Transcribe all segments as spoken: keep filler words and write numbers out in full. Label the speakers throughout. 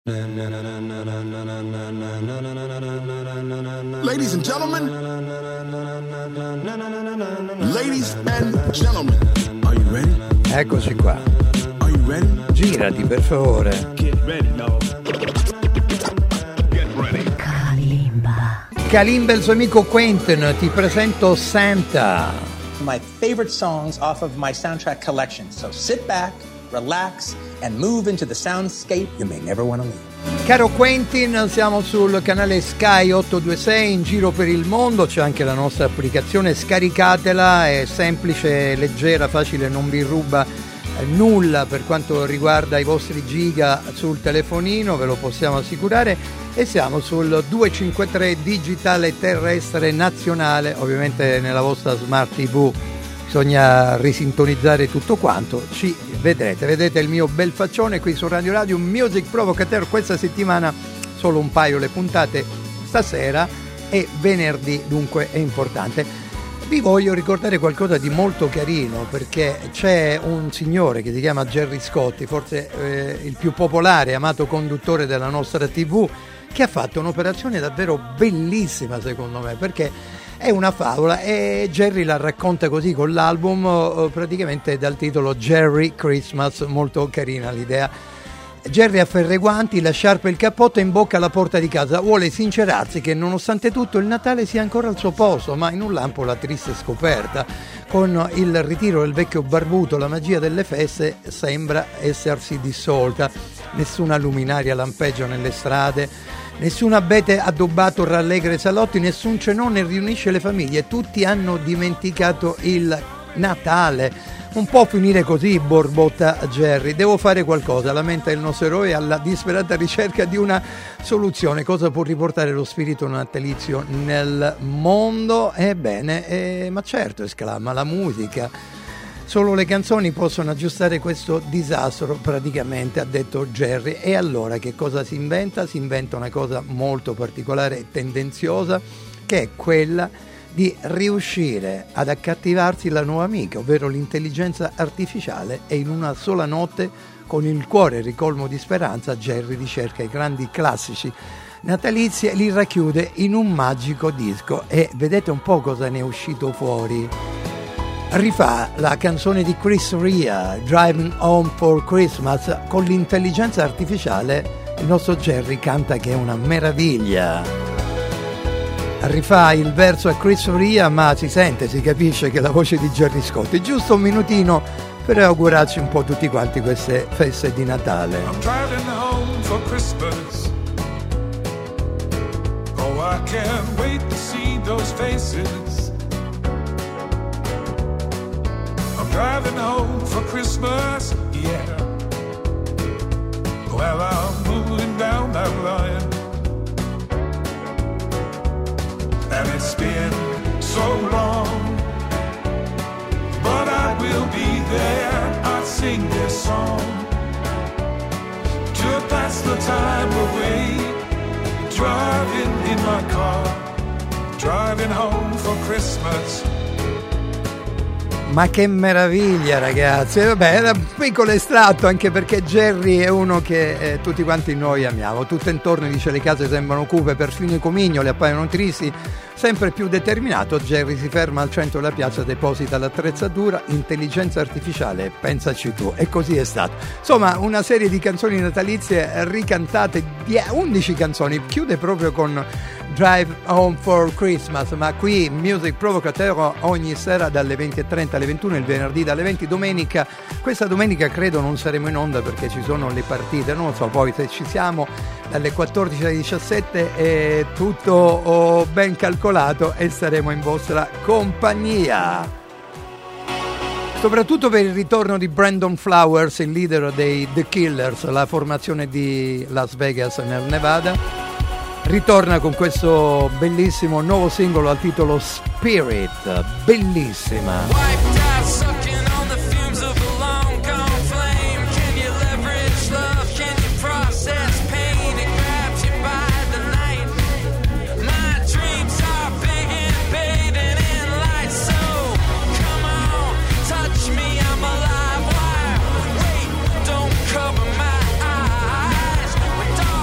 Speaker 1: Ladies and gentlemen, ladies and gentlemen, are you ready?
Speaker 2: Eccoci qua.
Speaker 1: Are you ready?
Speaker 2: Girati per favore.
Speaker 1: Get ready, dog. Get ready.
Speaker 3: Kalimba.
Speaker 2: Kalimba e il suo amico Quentin, ti presento Santa.
Speaker 4: My favorite songs off of my soundtrack collection. So sit back, relax, and move into the soundscape you may never want to leave.
Speaker 2: Caro Quentin, siamo sul canale Sky ottocentoventisei in giro per il mondo, c'è anche la nostra applicazione, scaricatela, è semplice, leggera, facile, non vi ruba nulla per quanto riguarda i vostri giga sul telefonino, ve lo possiamo assicurare, e siamo sul duecentocinquantatré digitale terrestre nazionale, ovviamente nella vostra smart tivù bisogna risintonizzare tutto quanto, ci vedrete, vedete il mio bel faccione qui su Radio Radio Music Provocateur. Questa settimana solo un paio le puntate, stasera e venerdì, dunque è importante. Vi voglio ricordare qualcosa di molto carino, perché c'è un signore che si chiama Gerry Scotti, forse eh, il più popolare e amato conduttore della nostra tivù, che ha fatto un'operazione davvero bellissima secondo me, perché è una favola e Gerry la racconta così con l'album, praticamente dal titolo Gerry Christmas, molto carina l'idea. Gerry afferra i guanti, la sciarpa e il cappotto e in bocca alla porta di casa. Vuole sincerarsi che nonostante tutto il Natale sia ancora al suo posto, ma in un lampo la triste scoperta. Con il ritiro del vecchio barbuto la magia delle feste sembra essersi dissolta. Nessuna luminaria lampeggia nelle strade, nessun abete addobbato rallegra i salotti, nessun cenone riunisce le famiglie, tutti hanno dimenticato il Natale. Non può finire così, borbotta Gerry. Devo fare qualcosa, lamenta il nostro eroe alla disperata ricerca di una soluzione. Cosa può riportare lo spirito natalizio nel mondo? Ebbene, eh, ma certo, esclama, la musica. Solo le canzoni possono aggiustare questo disastro, praticamente, ha detto Gerry. E allora che cosa si inventa? Si inventa una cosa molto particolare e tendenziosa, che è quella di riuscire ad accattivarsi la nuova amica, ovvero l'intelligenza artificiale, e in una sola notte, con il cuore ricolmo di speranza, Gerry ricerca i grandi classici natalizi e li racchiude in un magico disco. E vedete un po' cosa ne è uscito fuori. Rifà la canzone di Chris Rea, Driving Home for Christmas, con l'intelligenza artificiale. Il nostro Gerry canta che è una meraviglia. Rifà il verso a Chris Rea, ma si sente, si capisce che è la voce di Gerry Scotti. Giusto un minutino per augurarci un po' tutti quanti queste feste di Natale.
Speaker 5: I'm driving home for Christmas. Oh, I can't wait to see those faces. I'm driving home for Christmas, yeah. Well, I'm moving down that line. And it's been so long, but I will be there. I'll sing this song to pass the time away. Driving in my car, driving home for Christmas.
Speaker 2: Ma che meraviglia, ragazzi. Vabbè, era un piccolo estratto, anche perché Gerry è uno che eh, tutti quanti noi amiamo. Tutto intorno dice le case sembrano cupe, perfino i comignoli appaiono tristi. Sempre più determinato, Gerry si ferma al centro della piazza, deposita l'attrezzatura, intelligenza artificiale, pensaci tu, e così è stato. Insomma, una serie di canzoni natalizie ricantate, undici canzoni, chiude proprio con Drive Home for Christmas, ma qui Music Provocateur ogni sera dalle venti e trenta alle ventuno, il venerdì dalle venti, domenica, questa domenica credo non saremo in onda perché ci sono le partite, non lo so, poi se ci siamo dalle quattordici alle diciassette è tutto oh, ben calcolato e saremo in vostra compagnia. Soprattutto per il ritorno di Brandon Flowers, il leader dei The Killers, la formazione di Las Vegas nel Nevada. Ritorna con questo bellissimo nuovo singolo al titolo Spirit, bellissima.
Speaker 6: Cover my eyes, but don't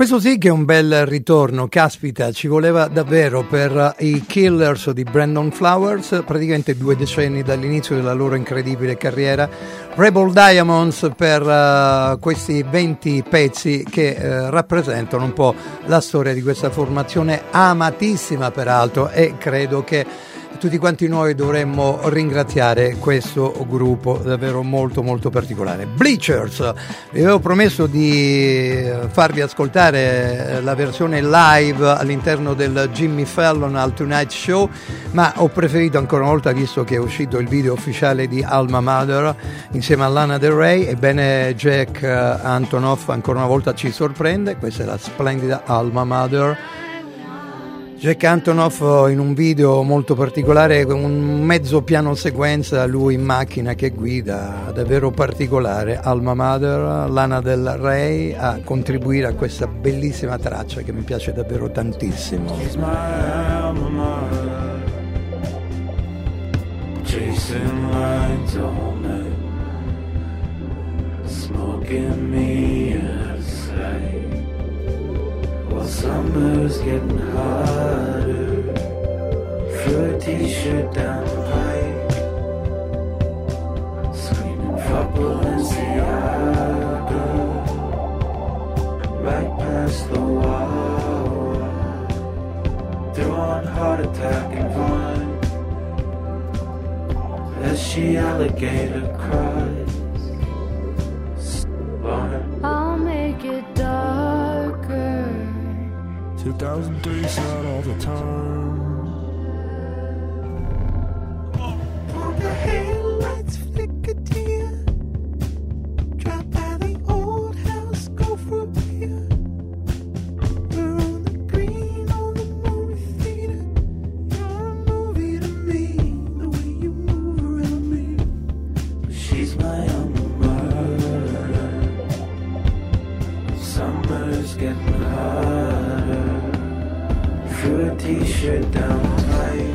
Speaker 2: Questo sì che è un bel ritorno, caspita, ci voleva davvero per i Killers di Brandon Flowers, praticamente due decenni dall'inizio della loro incredibile carriera. Rebel Diamonds per uh, questi venti pezzi che uh, rappresentano un po' la storia di questa formazione amatissima peraltro, e credo che tutti quanti noi dovremmo ringraziare questo gruppo davvero molto molto particolare. Bleachers, vi avevo promesso di farvi ascoltare la versione live all'interno del Jimmy Fallon al Tonight Show, ma ho preferito ancora una volta, visto che è uscito il video ufficiale di Alma Mater insieme a Lana Del Rey, ebbene Jack Antonoff ancora una volta ci sorprende. Questa è la splendida Alma Mater. Jack Antonoff in un video molto particolare, un mezzo piano sequenza, lui in macchina che guida, davvero particolare. Alma Mater, Lana Del Rey a contribuire a questa bellissima traccia che mi piace davvero tantissimo.
Speaker 3: Chasing lines all night, smoking me aside. While summer's getting hotter, throw a t-shirt down the pipe, screaming fuck Balenciaga, right past the wall, throwing heart attack and vine, as she alligator cries.
Speaker 6: I'll make it darker.
Speaker 5: two thousand three sound all the time.
Speaker 3: All the headlights flicker dear, drive by the old house, go for a beer. We're on the green on the movie theater. You're a movie to me, the way you move around me. She's my alma mater. Summer's getting hotter, threw a t-shirt down tight.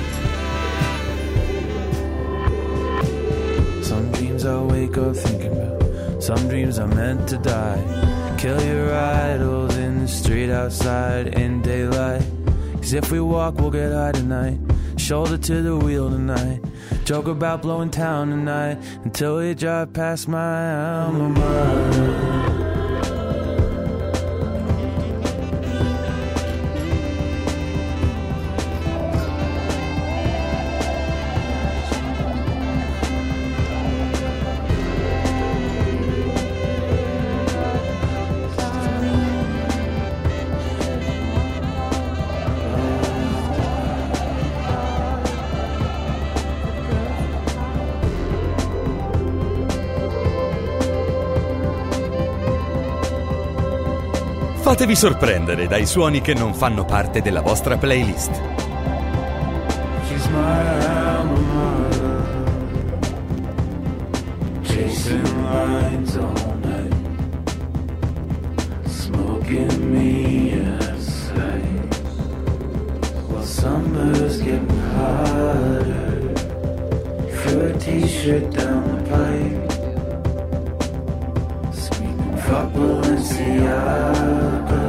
Speaker 3: Some dreams I wake up thinking about, some dreams are meant to die. Kill your idols in the street outside in daylight. Cause if we walk we'll get high tonight, shoulder to the wheel tonight. Joke about blowing town tonight, until we drive past my alma mater.
Speaker 7: Fatevi sorprendere dai suoni che non fanno parte della vostra playlist.
Speaker 3: She's my alma mater, chasing lines all night, smoking me aside. While summer's getting hotter, threw a t-shirt down the pipe, screaming fuck Balenciaga,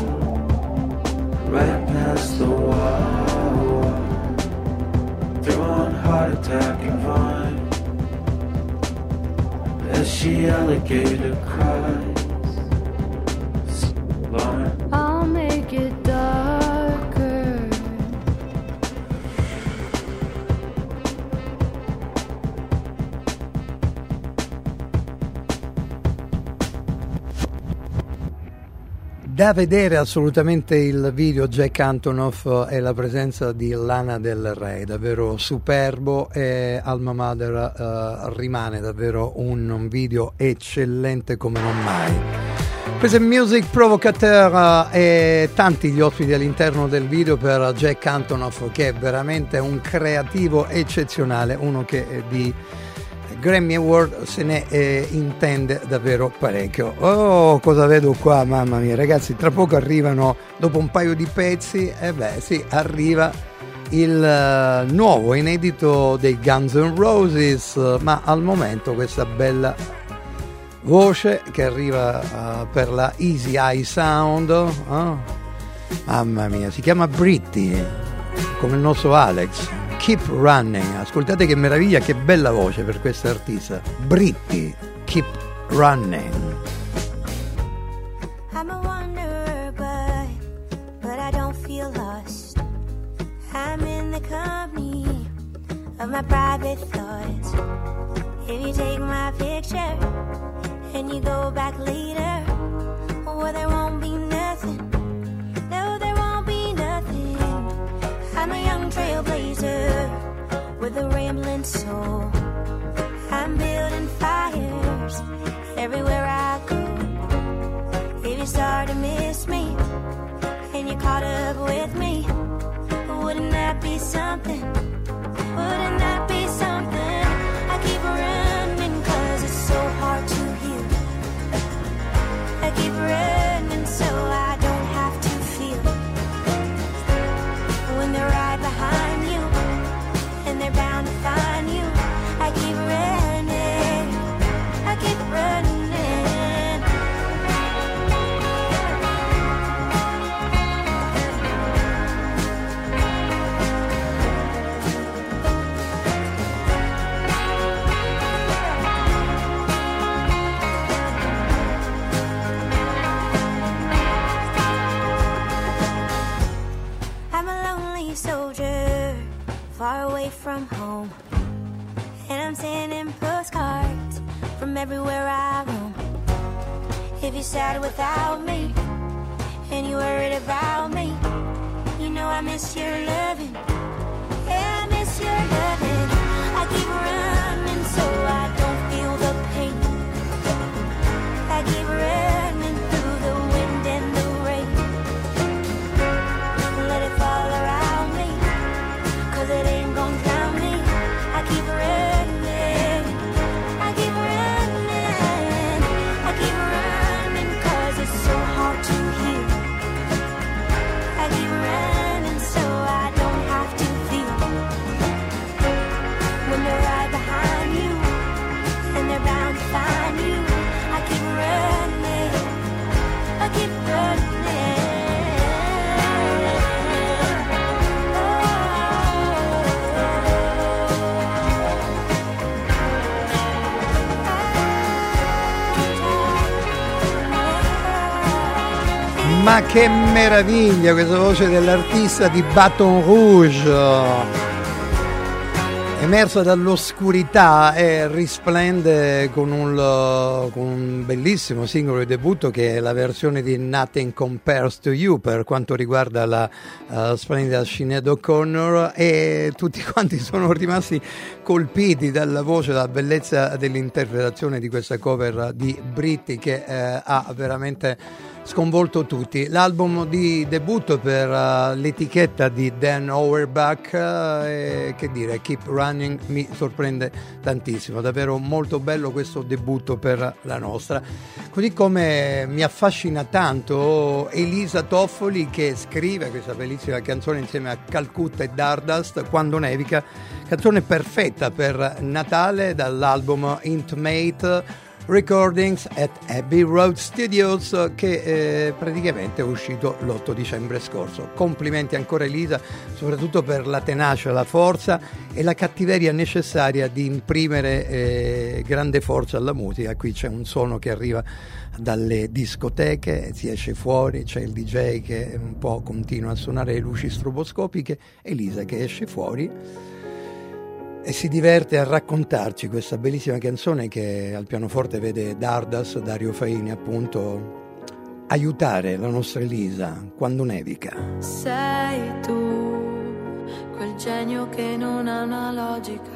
Speaker 3: right past the wall, throwing heart attack and vine, as she alligator cries. Lauren,
Speaker 6: I'll make it darker.
Speaker 2: Da vedere assolutamente il video Jack Antonoff e la presenza di Lana Del Rey, davvero superbo, e Alma Mater uh, rimane davvero un, un video eccellente come non mai. Questo è Music Provocateur e tanti gli ospiti all'interno del video per Jack Antonoff, che è veramente un creativo eccezionale, uno che di Grammy Award se ne eh, intende davvero parecchio. Oh, cosa vedo qua, mamma mia ragazzi, tra poco arrivano, dopo un paio di pezzi, e eh beh sì, arriva il uh, nuovo inedito dei Guns N' Roses, ma al momento questa bella voce che arriva uh, per la Easy Eye Sound, oh? Mamma mia, si chiama Britty, come il nostro Alex. Keep Running, ascoltate che meraviglia, che bella voce per questa artista. Britty, Keep Running.
Speaker 8: I'm a wanderer, but, but I don't feel lost. I'm in the company of my private thoughts. If you take my picture and you go back later, well, there won't be nothing. No, there won't be nothing. I'm a young trailblazer with a rambling soul. I'm building fires everywhere I go. If you start to miss me and you caught up with me, wouldn't that be something? Wouldn't that be something? I keep running 'cause it's so hard to heal. I keep running so I don't have to feel when they're right behind you and they're bound to find you. I keep running, I keep running. Soldier, far away from home, and I'm sending postcards from everywhere I roam. If you're sad without me and you're worried about me, you know I miss your loving. Yeah, I miss your loving. I keep running so I don't feel the pain. I keep running through the wind and the rain. Let it fall around me, 'cause it ain't gon' drown me. I keep running, I keep running, I keep running 'cause it's so hard to heal. I keep running so I don't have to feel when they're right behind you and they're bound to find you. I keep running, I keep running.
Speaker 2: Ma che meraviglia questa voce dell'artista di Baton Rouge, emersa dall'oscurità e risplende con un, con un bellissimo singolo di debutto che è la versione di Nothing Compares to You per quanto riguarda la uh, splendida Sinéad O'Connor, e tutti quanti sono rimasti colpiti dalla voce, dalla bellezza dell'interpretazione di questa cover di Britty che eh, ha veramente sconvolto tutti. L'album di debutto per uh, l'etichetta di Dan Auerbach, uh, e che dire, Keep Running mi sorprende tantissimo, davvero molto bello questo debutto per la nostra. Così come mi affascina tanto Elisa Toffoli, che scrive questa bellissima canzone insieme a Calcutta e Dardust, Quando nevica, canzone perfetta per Natale dall'album Intimate Recordings at Abbey Road Studios, che eh, praticamente è uscito l'otto dicembre scorso. Complimenti ancora Elisa, soprattutto per la tenacia, la forza e la cattiveria necessaria di imprimere eh, grande forza alla musica. Qui c'è un suono che arriva dalle discoteche, si esce fuori, c'è il D J che un po' continua a suonare le luci stroboscopiche, Elisa che esce fuori e si diverte a raccontarci questa bellissima canzone che al pianoforte vede Dardas, Dario Faini appunto, aiutare la nostra Elisa quando nevica.
Speaker 6: Sei tu, quel genio che non ha una logica.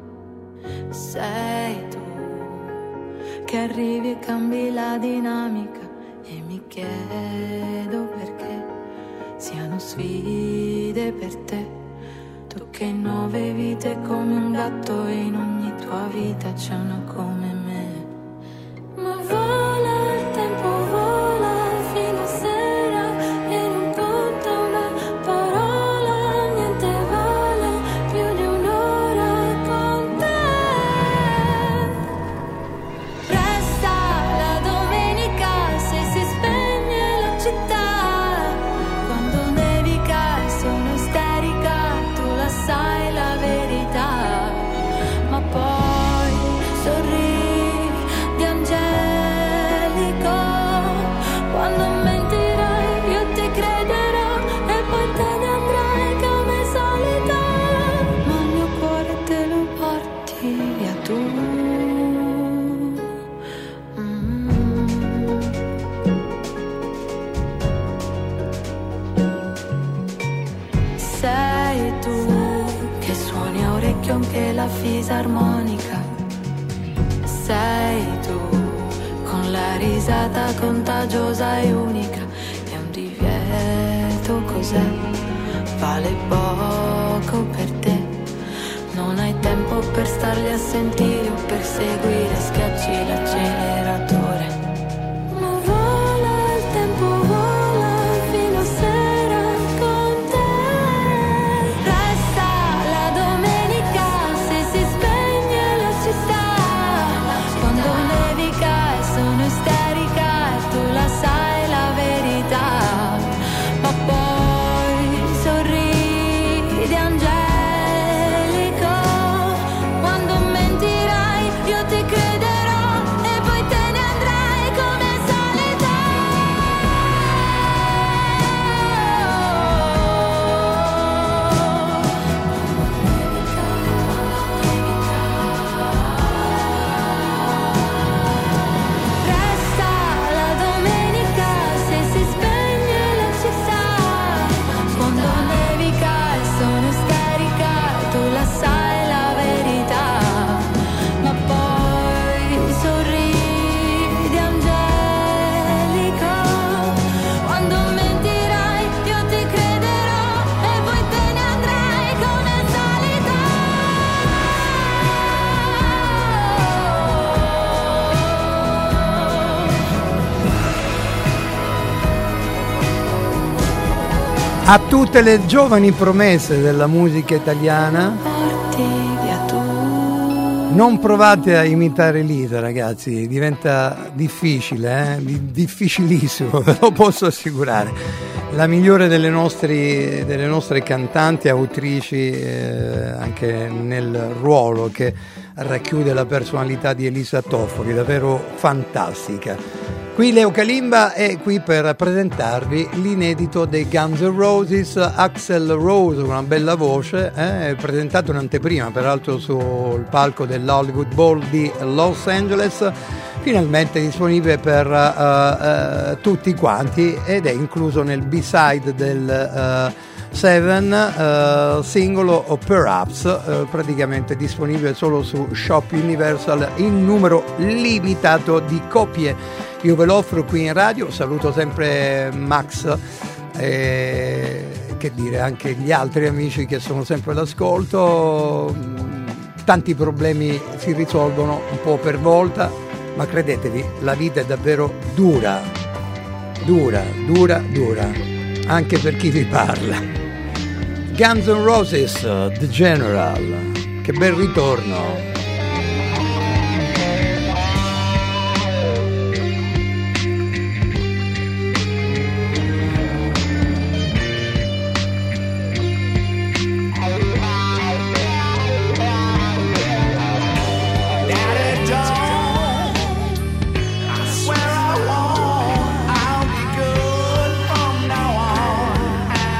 Speaker 6: Sei tu, che arrivi e cambi la dinamica. E mi chiedo perché siano sfide per te. Tu che in nove vite come un gatto e in ogni tua vita c'è una come me. Ma vola il tempo, vola fino a sera e non conta una parola, niente vale più di un'ora con te. Resta Washington che la fisarmonica. Sei tu, con la risata contagiosa e unica. È un divieto, cos'è? Vale poco per te. Non hai tempo per starli a sentire o per seguire, schiacci l'acceleratore. Ma vola il tempo, vola fino a sera con te. Resta la domenica se si spegne la città. Quando nevica e sono isterica e tu la sai la verità. Ma poi sorridi angelico. Quando mentirai io ti crederò e poi te ne andrai come al solito. Resta la domenica se si spegne la città. Quando nevica e sono isterica tu la sai la verità. Ma poi sorridi angelico. Quando mentirai io ti crederò e poi te ne andrai come al solito.
Speaker 2: A tutte le giovani promesse della musica italiana,
Speaker 6: Porti via tu.
Speaker 2: non provate a imitare Lisa, ragazzi, diventa difficile, eh? Di- difficilissimo, ve lo posso assicurare. La migliore delle, nostri, delle nostre cantanti, autrici, eh, anche nel ruolo che racchiude la personalità di Elisa Toffoli, davvero fantastica. Qui Leo Kalimba è qui per presentarvi l'inedito dei Guns N' Roses. Axl Rose, una bella voce, eh, è presentato in anteprima peraltro sul palco dell'Hollywood Bowl di Los Angeles, finalmente disponibile per uh, uh, tutti quanti ed è incluso nel B-side del uh, Seven, uh, singolo o Perhaps, uh, praticamente disponibile solo su Shop Universal in numero limitato di copie. Io ve lo offro qui in radio, saluto sempre Max e che dire anche gli altri amici che sono sempre all'ascolto. Tanti problemi si risolvono un po' per volta, ma credetevi, la vita è davvero dura, dura, dura, dura, anche per chi vi parla. Guns N' Roses, The General, che bel ritorno.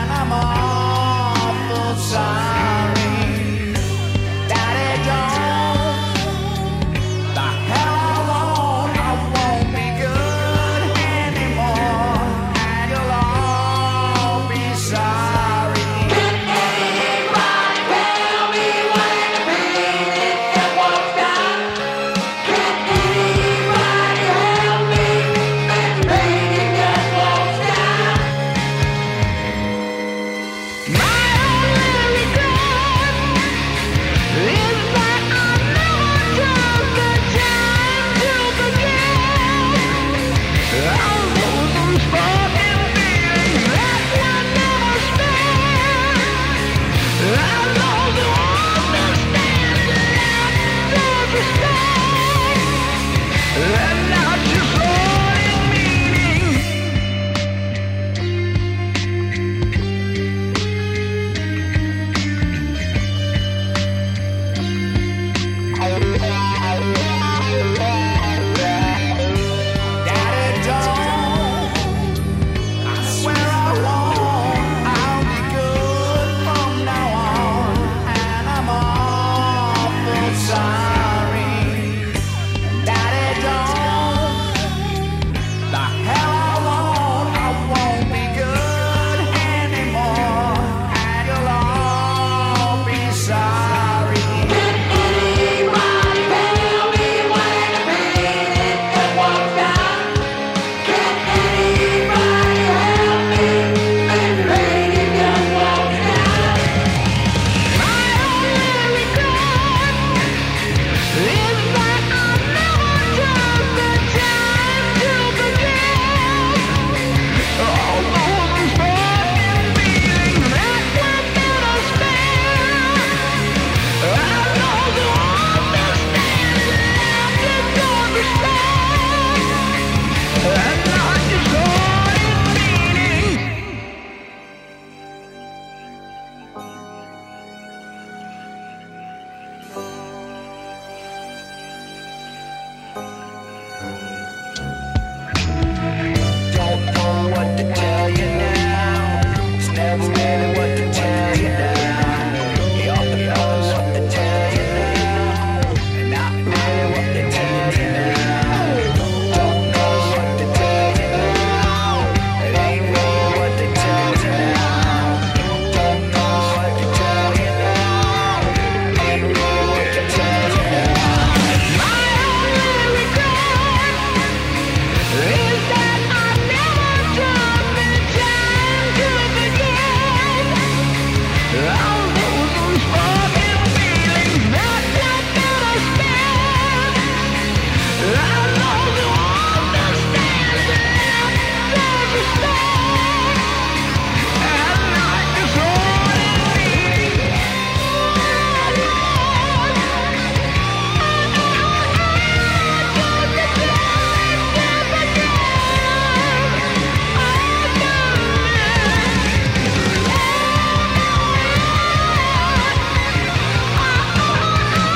Speaker 3: Sorry, Daddy, don't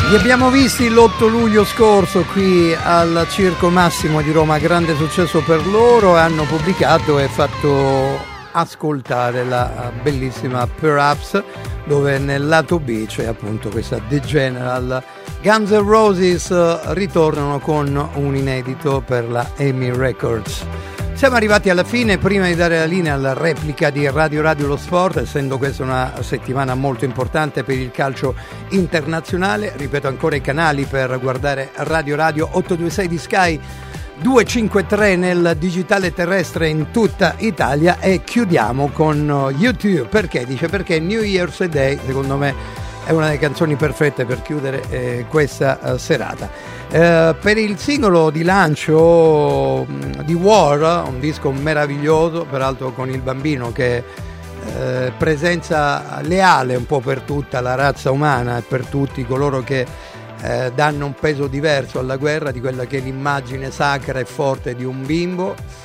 Speaker 2: Li abbiamo visti l'otto luglio scorso qui al Circo Massimo di Roma, grande successo per loro, hanno pubblicato e fatto ascoltare la bellissima Perhaps, dove nel lato B c'è appunto questa The General. Guns N' Roses ritornano con un inedito per la E M I Records. Siamo arrivati alla fine. Prima di dare la linea alla replica di Radio Radio Lo Sport, essendo questa una settimana molto importante per il calcio internazionale, ripeto ancora i canali per guardare Radio Radio: ottocentoventisei di Sky, duecentocinquantatré nel digitale terrestre in tutta Italia, e chiudiamo con YouTube. Perché? Dice perché New Year's Day secondo me è una delle canzoni perfette per chiudere eh, questa uh, serata. Uh, per il singolo di lancio um, di War, un disco meraviglioso, peraltro con il bambino che uh, presenza leale un po' per tutta la razza umana e per tutti coloro che uh, danno un peso diverso alla guerra, di quella che è l'immagine sacra e forte di un bimbo.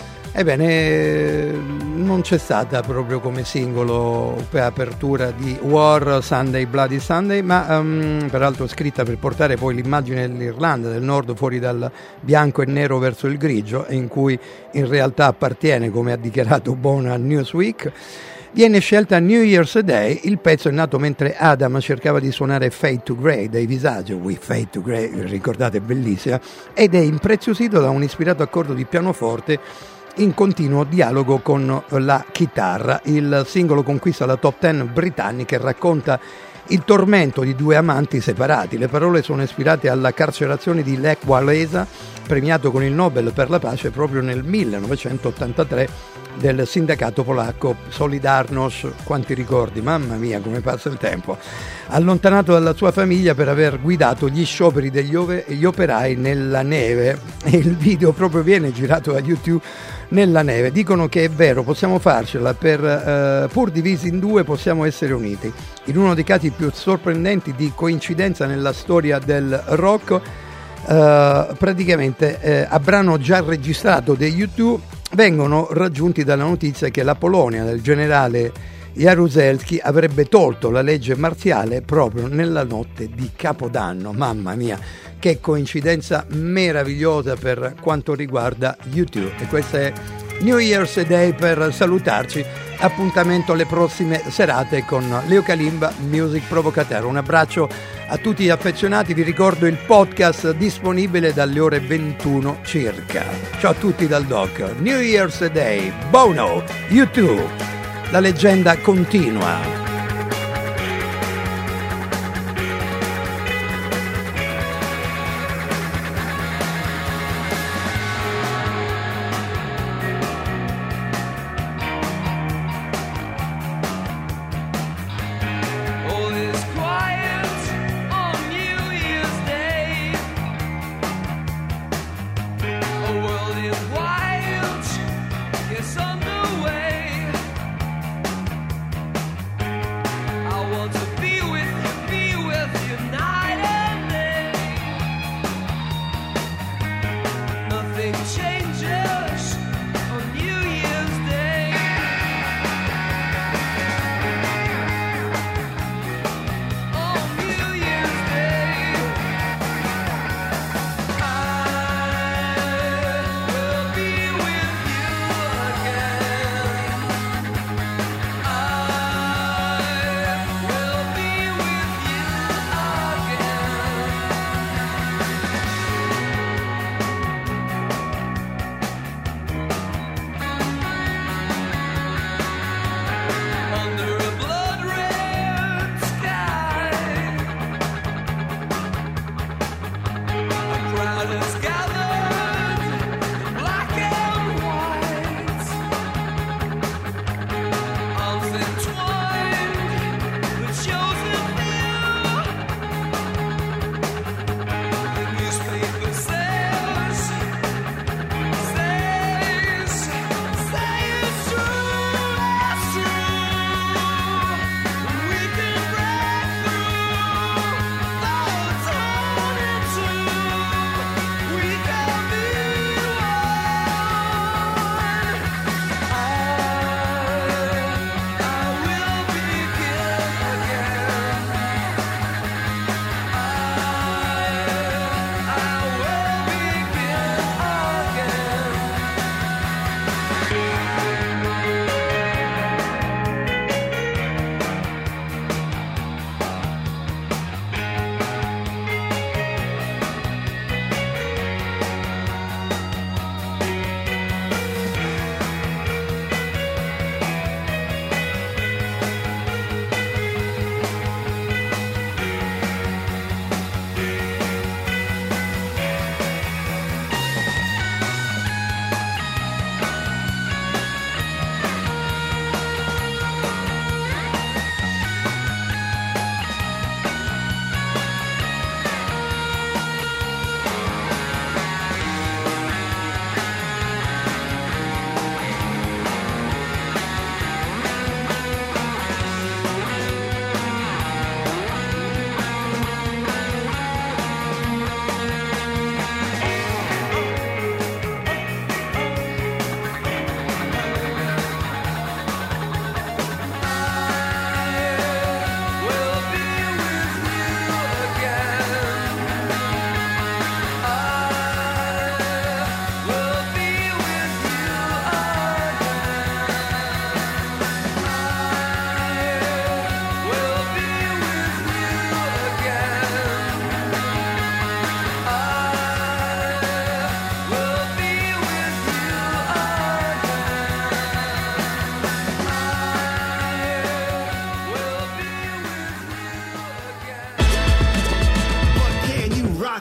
Speaker 2: Ebbene, non c'è stata proprio come singolo per apertura di War Sunday Bloody Sunday, ma um, peraltro scritta per portare poi l'immagine dell'Irlanda del Nord fuori dal bianco e nero verso il grigio, e in cui in realtà appartiene, come ha dichiarato Bono a Newsweek. Viene scelta New Year's Day. Il pezzo è nato mentre Adam cercava di suonare Fade to Grey dei Visage, We Fade to Grey, ricordate, bellissima, ed è impreziosito da un ispirato accordo di pianoforte in continuo dialogo con la chitarra. Il singolo conquista la top dieci britannica e racconta il tormento di due amanti separati. Le parole sono ispirate alla carcerazione di Lech Walesa, premiato con il Nobel per la pace proprio nel millenovecentottantatré del sindacato polacco Solidarność. Quanti ricordi, mamma mia come passa il tempo. Allontanato dalla sua famiglia per aver guidato gli scioperi degli ove- gli operai nella neve, e il video proprio viene girato da YouTube nella neve. Dicono che è vero, possiamo farcela, per eh, pur divisi in due possiamo essere uniti. In uno dei casi più sorprendenti di coincidenza nella storia del rock, eh, praticamente eh, a brano già registrato dei U due vengono raggiunti dalla notizia che la Polonia del generale Jaruzelski avrebbe tolto la legge marziale proprio nella notte di Capodanno. Mamma mia, che coincidenza meravigliosa per quanto riguarda U due. E questa è New Year's Day per salutarci. Appuntamento alle prossime serate con Leo Kalimba, Music Provocateur. Un abbraccio a tutti gli affezionati. Vi ricordo il podcast disponibile dalle ore ventuno circa. Ciao a tutti dal Doc. New Year's Day, Bono, U due. La leggenda continua.
Speaker 3: Again.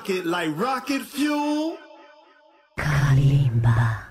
Speaker 9: rocket like rocket fuel.
Speaker 10: Kalimba.